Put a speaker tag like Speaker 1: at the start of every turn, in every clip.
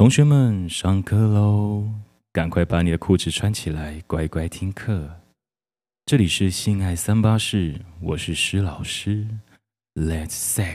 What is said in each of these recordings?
Speaker 1: 同学们，上课喽！赶快把你的裤子穿起来，乖乖听课。这里是性爱384室，我是施老师。Let's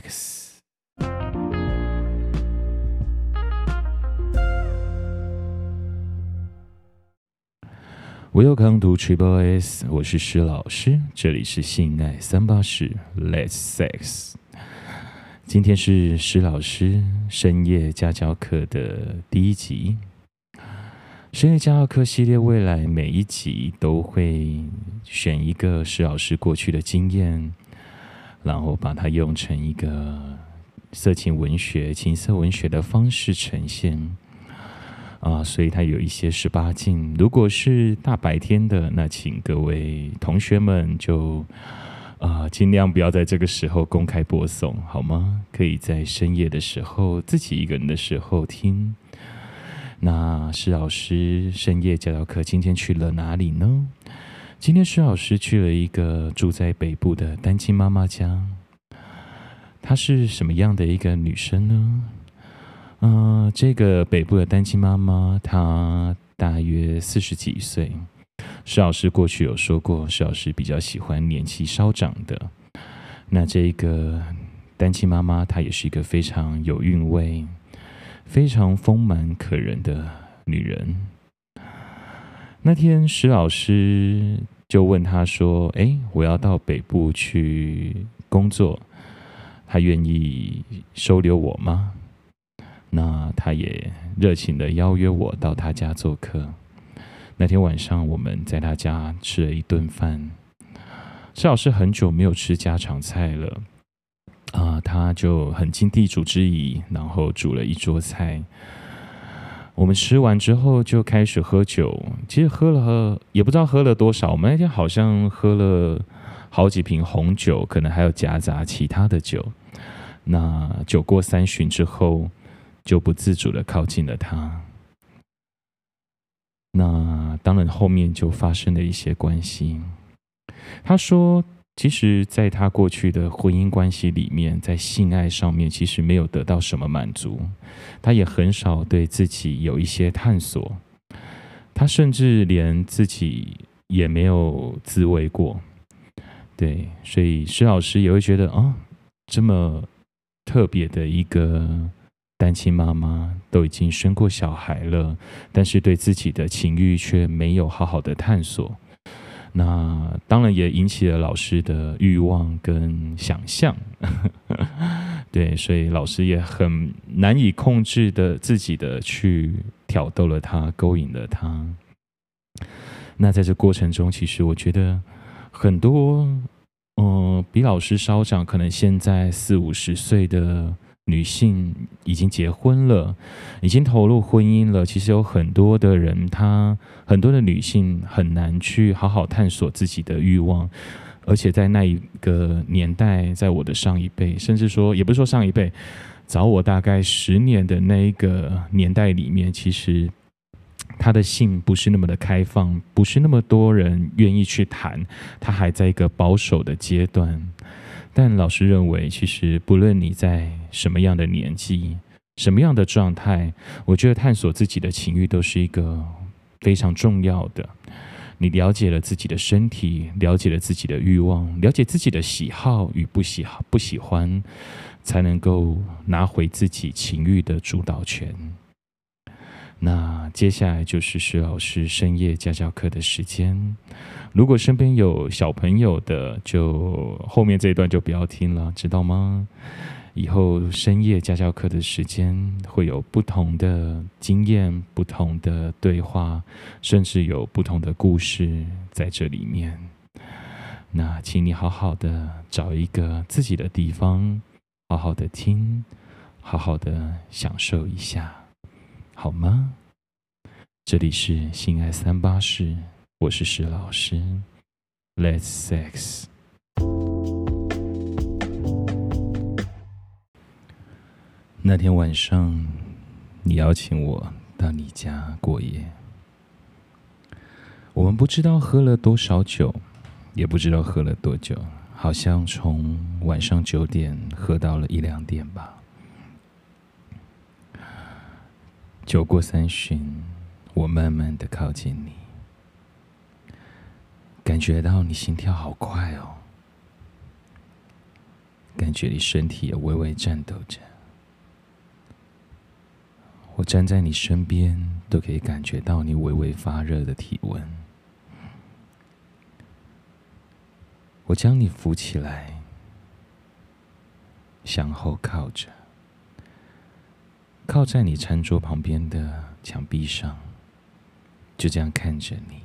Speaker 1: sex。Welcome to Triple S， 我是施老师，这里是性爱384室 ，Let's sex。今天是施老师深夜家教课的第一集。深夜家教课系列未来每一集都会选一个施老师过去的经验，然后把它用成一个色情文学、情色文学的方式呈现。所以它有一些18禁。如果是大白天的，那请各位同学们就尽量不要在这个时候公开播送，好吗？可以在深夜的时候，自己一个人的时候听。那施老师深夜家教课今天去了哪里呢？今天施老师去了一个住在北部的单亲妈妈家。她是什么样的一个女生呢？这个北部的单亲妈妈，她大约40几岁。施老师过去有说过，施老师比较喜欢年纪稍长的。那这个单亲妈妈，她也是一个非常有韵味、非常丰满可人的女人。那天施老师就问她说：“我要到北部去工作，她愿意收留我吗？”那她也热情的邀约我到她家做客。那天晚上我们在她家吃了一顿饭。施老师很久没有吃家常菜了，他就很尽地主之谊，然后煮了一桌菜。我们吃完之后就开始喝酒，其实喝了也不知道喝了多少，我们那天好像喝了好几瓶红酒，可能还有夹杂其他的酒。那酒过3巡之后，就不自主的靠近了他。那当然后面就发生了一些关系。他说其实在他过去的婚姻关系里面，在性爱上面其实没有得到什么满足，他也很少对自己有一些探索，他甚至连自己也没有自慰过。对，所以施老师也会觉得这么特别的一个单亲妈妈，都已经生过小孩了，但是对自己的情欲却没有好好的探索。那当然也引起了老师的欲望跟想象。对，所以老师也很难以控制的自己的去挑逗了他，勾引了他。那在这过程中，其实我觉得很多比老师稍长，可能现在40-50岁的女性已经结婚了，已经投入婚姻了。其实有很多的人，很多的女性很难去好好探索自己的欲望，而且在那一个年代，在我的上一辈，甚至说也不是说上一辈，早我大概10年的那一个年代里面，其实她的性不是那么的开放，不是那么多人愿意去谈，她还在一个保守的阶段。但老师认为，其实不论你在什么样的年纪，什么样的状态，我觉得探索自己的情欲都是一个非常重要的。你了解了自己的身体，了解了自己的欲望，了解自己的喜好与不喜欢，才能够拿回自己情欲的主导权。那接下来就是施老师深夜家教课的时间。如果身边有小朋友的，就后面这一段就不要听了，知道吗？以后深夜家教课的时间会有不同的经验、不同的对话，甚至有不同的故事在这里面。那请你好好的找一个自己的地方，好好的听，好好的享受一下，好吗？这里是性爱384室，我是施老师。Let's sex。那天晚上，你邀请我到你家过夜。我们不知道喝了多少酒，也不知道喝了多久，好像从晚上9点喝到了1-2点吧。 酒过三巡，我慢慢的靠近你，感觉到你心跳好快哦，感觉你身体也微微颤抖着。我站在你身边，都可以感觉到你微微发热的体温。我将你扶起来，向后靠着，靠在你餐桌旁边的墙壁上，就这样看着你。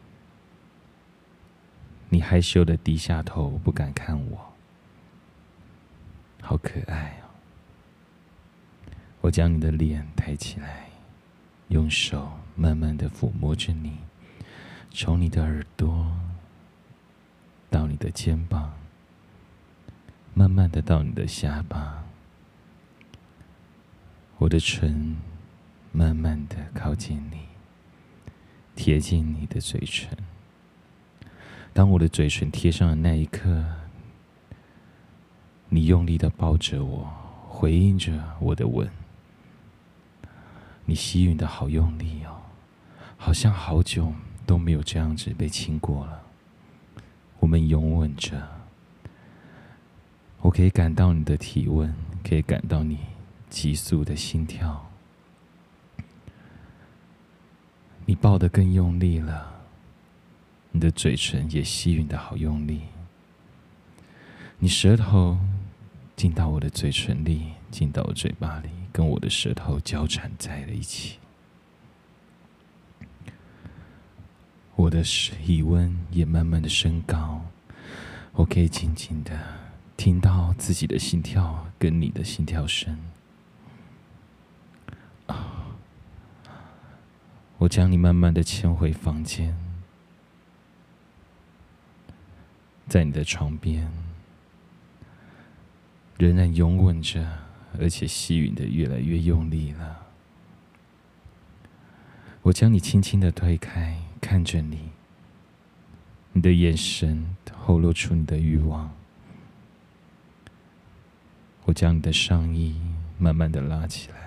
Speaker 1: 你害羞的低下头，不敢看我，好可爱哦。我将你的脸抬起来，用手慢慢的抚摸着你，从你的耳朵到你的肩膀，慢慢的到你的下巴。我的唇慢慢的靠近你，贴近你的嘴唇。当我的嘴唇贴上的那一刻，你用力的抱着我，回应着我的吻。你吸吮的好用力哦，好像好久都没有这样子被亲过了。我们拥吻着，我可以感到你的体温，可以感到你急速的心跳。你抱得更用力了，你的嘴唇也吸吮的好用力。你舌头进到我的嘴唇里，进到我嘴巴里，跟我的舌头交缠在了一起。我的体温也慢慢的升高，我可以静静的听到自己的心跳跟你的心跳声。我将你慢慢的牵回房间，在你的床边，仍然拥吻着，而且吸吮的越来越用力了。我将你轻轻的推开，看着你，你的眼神透露出你的欲望。我将你的上衣慢慢的拉起来，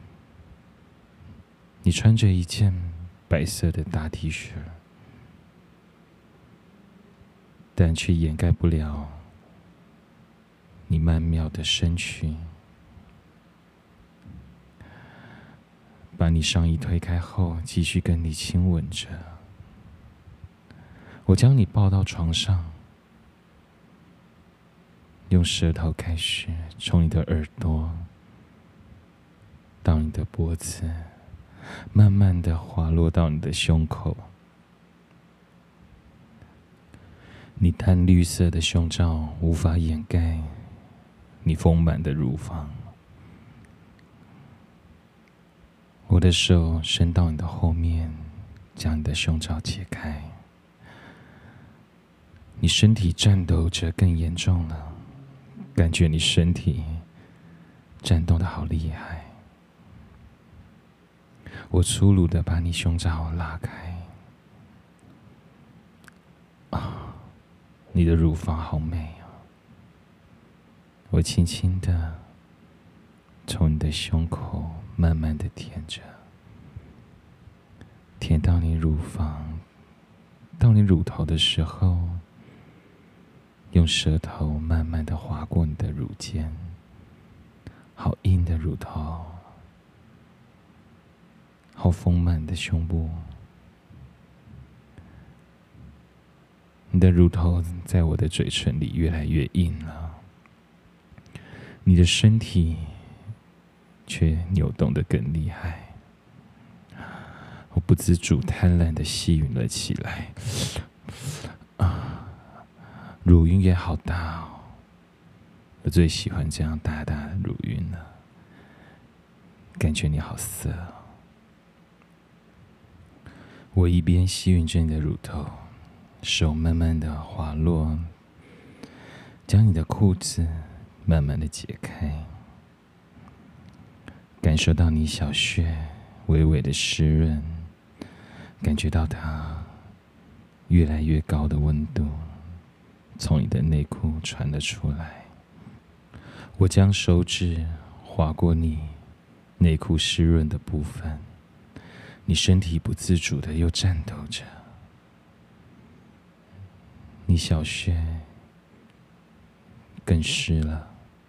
Speaker 1: 你穿着一件白色的大 T 恤，但却掩盖不了你曼妙的身躯。把你上衣推开后，继续跟你亲吻着。我将你抱到床上，用舌头开始从你的耳朵到你的脖子，慢慢的滑落到你的胸口。你淡绿色的胸罩无法掩盖你丰满的乳房。我的手伸到你的后面，将你的胸罩解开。你身体颤抖着更严重了，感觉你身体颤动的好厉害。我粗鲁的把你胸罩拉开。你的乳房好美哦。我轻轻的从你的胸口慢慢的舔着，舔到你乳房，到你乳头的时候，用舌头慢慢的划过你的乳尖，好硬的乳头，好丰满的胸部。你的乳头在我的嘴唇里越来越硬了，你的身体却扭动得更厉害。我不自主贪婪的吸吮了起来，乳晕也好大哦，我最喜欢这样大大的乳晕了，感觉你好色哦。我一边吸吮着你的乳头，手慢慢的滑落，将你的裤子慢慢的解开，感受到你小穴微微的湿润，感觉到它越来越高的温度从你的内裤传了出来。我将手指划过你内裤湿润的部分，你身体不自主的又颤抖着，你小穴更湿了。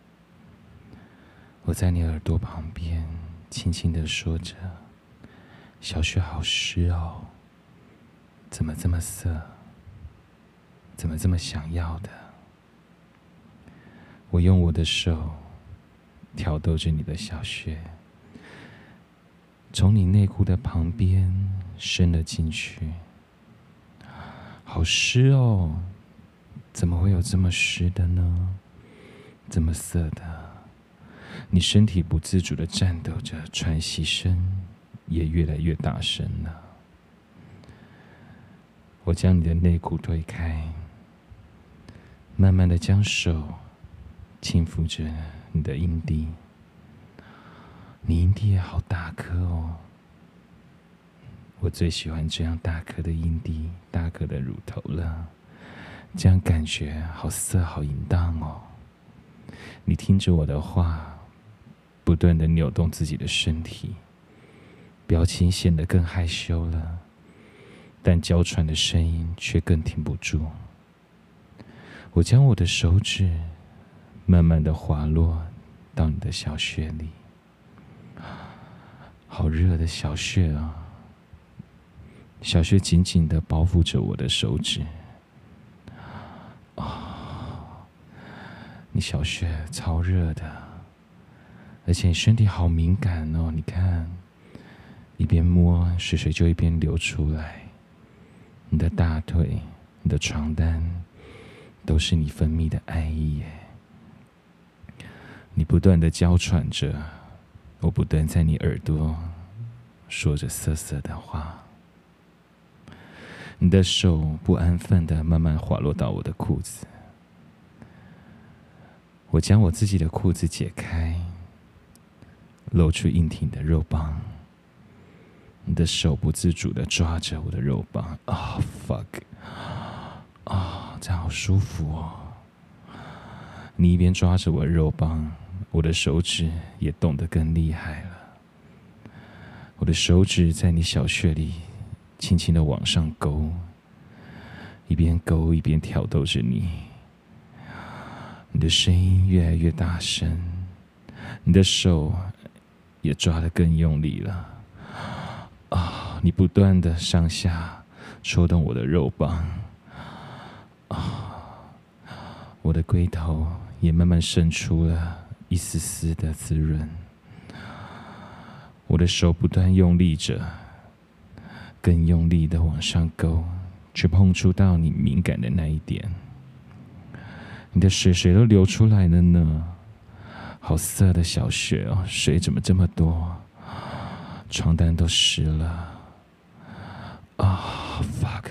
Speaker 1: 我在你耳朵旁边轻轻地说着：“小穴好湿哦，怎么这么涩？怎么这么想要的？”我用我的手挑逗着你的小穴，从你内裤的旁边伸了进去。好湿哦，怎么会有这么湿的呢？这么涩的？你身体不自主地颤抖着，喘息声也越来越大声了。我将你的内裤推开，慢慢地将手轻抚着你的阴蒂。你阴蒂也好大颗哦，我最喜欢这样大颗的阴蒂，大颗的乳头了，这样感觉好色好淫荡哦。你听着我的话，不断地扭动自己的身体，表情显得更害羞了，但娇喘的声音却更停不住。我将我的手指慢慢地滑落到你的小穴里，好热的小穴啊！小穴紧紧地包覆着我的手指。你小穴超热的，而且你身体好敏感哦。你看，一边摸，水就一边流出来。你的大腿、你的床单，都是你分泌的爱意耶。你不断地娇喘着，我不断在你耳朵说着涩涩的话。你的手不安分地慢慢滑落到我的裤子。我将我自己的裤子解开，露出硬挺的肉棒。你的手不自主地抓着我的肉棒。fuck！ 这样好舒服哦。你一边抓着我的肉棒，我的手指也动得更厉害了。我的手指在你小穴里轻轻地往上勾，一边勾一边挑逗着你。你的声音越来越大声，你的手也抓得更用力了。你不断的上下戳动我的肉棒。我的龟头也慢慢渗出了一丝丝的滋润。我的手不断用力着，更用力的往上勾，去碰触到你敏感的那一点。你的水都流出来了呢，好色的小穴哦，水怎么这么多？床单都湿了。fuck！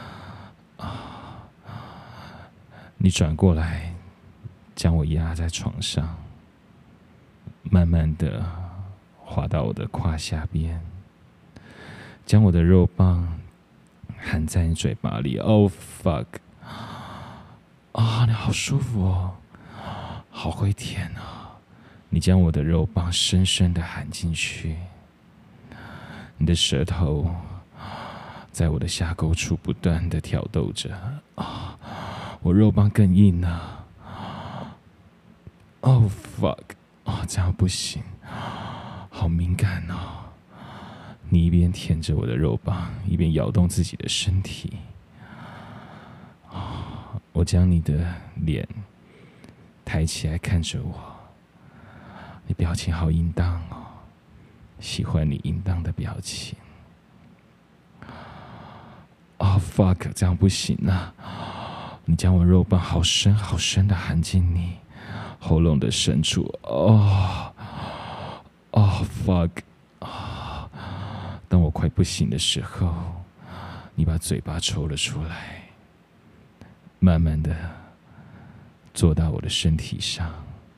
Speaker 1: 你转过来，将我压在床上，慢慢的滑到我的胯下边，将我的肉棒含在你嘴巴里。fuck！ 你好舒服哦，好会舔哦。你将我的肉棒深深的含进去，你的舌头在我的下沟处不断的挑逗着。我肉棒更硬了。fuck！ 这样不行，好敏感哦。你一边舔着我的肉棒，一边摇动自己的身体。我将你的脸抬起来看着我，你表情好淫荡哦，喜欢你淫荡的表情。fuck！ 这样不行啊。你将我肉棒好深好深的含进你喉咙的深处。fuck！ 当我快不行的时候，你把嘴巴抽了出来，慢慢的坐到我的身体上，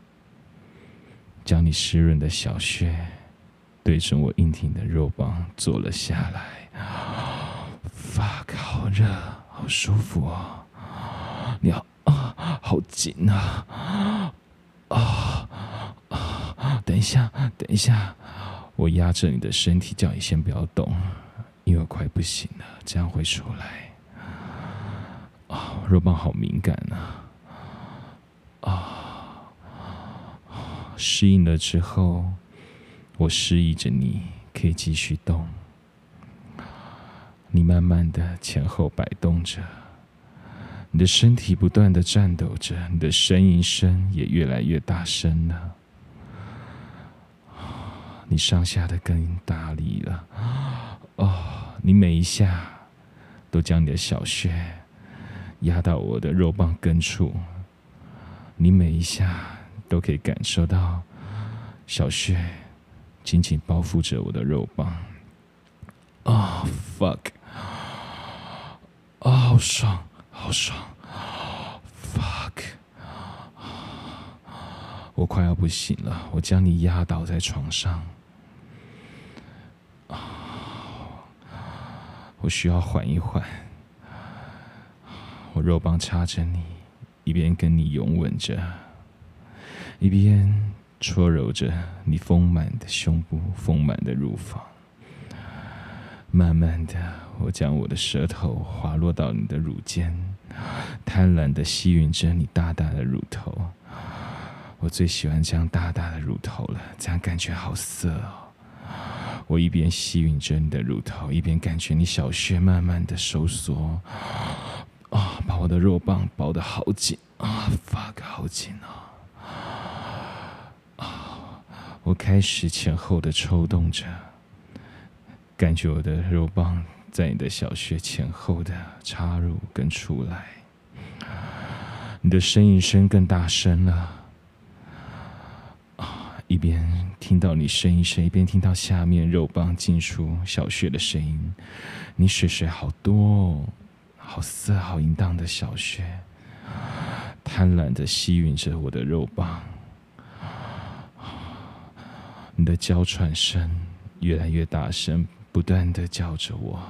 Speaker 1: 将你湿润的小穴对准我硬挺的肉棒坐了下来。fuck！ 好热，好舒服哦。你好紧啊！等一下， 我压着你的身体，叫你先不要动，因为我快不行了，这样会出来。肉棒好敏感适应了之后，我示意着你可以继续动。你慢慢的前后摆动着，你的身体不断的颤抖着，你的呻吟声也越来越大声了。你上下的更大力了。你每一下都将你的小穴压到我的肉棒根处，你每一下都可以感受到小穴紧紧包覆着我的肉棒。fuck！ 好爽，好爽 ！fuck！ 我快要不行了，我将你压倒在床上。我需要缓一缓。我肉棒插着你，一边跟你拥吻着，一边搓揉着你丰满的胸部、丰满的乳房。慢慢的，我将我的舌头滑落到你的乳尖，贪婪的吸吮着你大大的乳头。我最喜欢这样大大的乳头了，这样感觉好色哦。我一边吸吮着你的乳头，一边感觉你小穴慢慢的收缩，把我的肉棒包得好紧fuck， 好紧我开始前后的抽动着，感觉我的肉棒在你的小穴前后的插入跟出来，你的呻吟声更大声了。一边听到你呻吟声，一边听到下面肉棒进出小穴的声音。你水好多哦，好色好淫荡的小穴，贪婪的吸吮着我的肉棒。你的娇喘声越来越大声，不断的叫着我。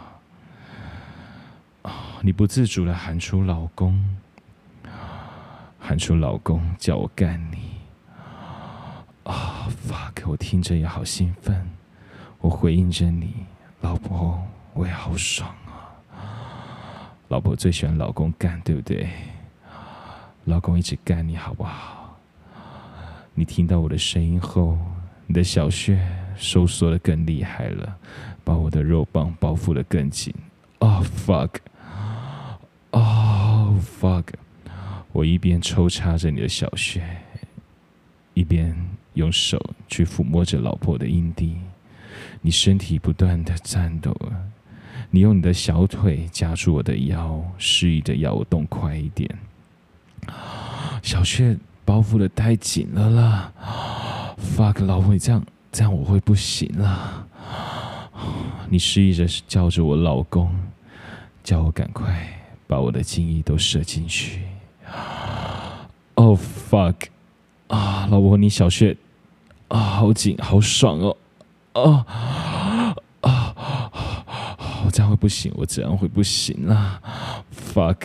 Speaker 1: 你不自主的喊出老公，喊出老公，叫我干你。fuck， 我听着也好兴奋，我回应着你，老婆，我也好爽老婆最喜欢老公干，对不对？老公一直干你好不好？你听到我的声音后，你的小穴收缩得更厉害了，把我的肉棒包覆得更紧。fuck， fuck， 我一边抽插着你的小穴，一边用手去抚摸着老婆的阴蒂。你身体不断的颤抖了，你用你的小腿夹住我的腰，示意的要我动快一点。小穴包覆的太紧了啦 fuck， 老婆，你这样我会不行了。你示意着叫着我老公，叫我赶快把我的精液都射进去。fuck， 老婆，你小穴好紧好爽哦。我这样会不行，我这样会不行啦 fuck，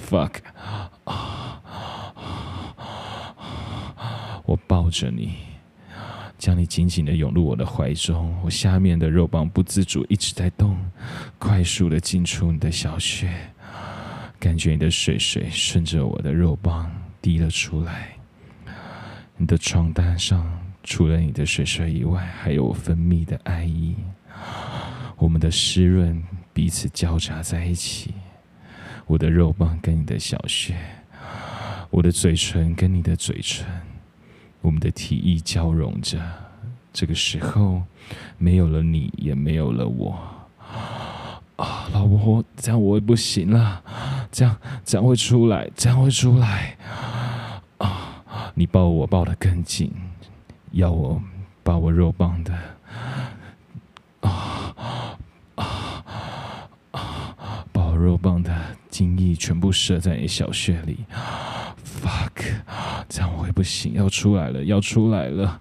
Speaker 1: 我抱着你，将你紧紧的拥入我的怀中，我下面的肉棒不自主一直在动，快速的进出你的小穴，感觉你的水顺着我的肉棒滴了出来。你的床单上除了你的水以外，还有我分泌的爱意，我们的湿润彼此交杂在一起，我的肉棒跟你的小穴，我的嘴唇跟你的嘴唇，我们的体液交融着。这个时候没有了你，也没有了我。老婆，这样我会不行了，这样会出来，这样会出来。你抱我抱得更紧，要我把我肉棒的把我肉棒的精液全部射在你小穴里。fuck， 这样我会不行，要出来了，要出来了。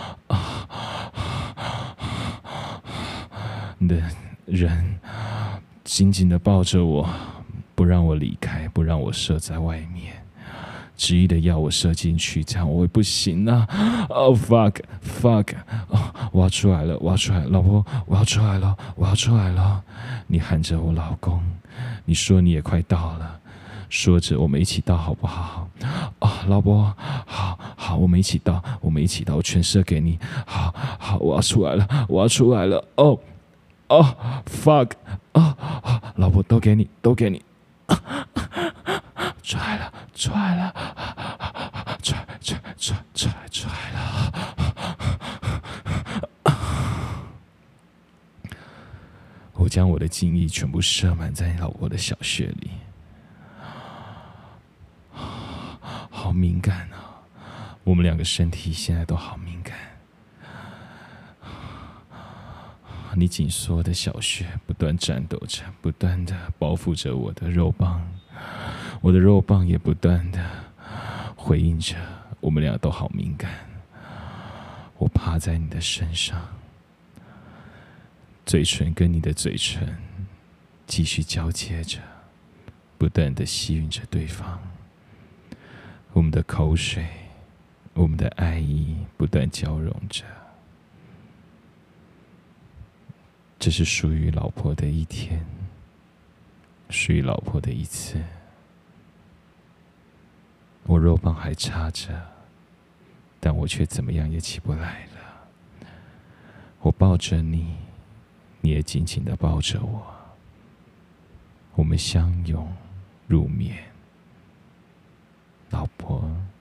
Speaker 1: 你的人紧紧的抱着我，不让我离开，不让我射在外面。 执意的要我射进去，这样我会不行啊！Oh fuck， 我要出来了，老婆，我要出来了！你喊着我老公，你说你也快到了，说着我们一起到好不好？老婆，好，我们一起到，我全射给你，好，我要出来了！fuck， 老婆都给你，出来了，出来了！我将我的精液全部射满在老婆的小穴里，好敏感啊！我们两个身体现在都好敏感。你紧缩的小穴不断颤抖着，不断的包覆着我的肉棒，我的肉棒也不断的回应着，我们俩都好敏感。我趴在你的身上，嘴唇跟你的嘴唇继续交接着，不断的吸吮着对方。我们的口水，我们的爱意不断交融着。这是属于老婆的一天，属于老婆的一次。我肉棒还插着，但我却怎么样也起不来了。我抱着你，你也紧紧地抱着我，我们相拥入眠。老婆，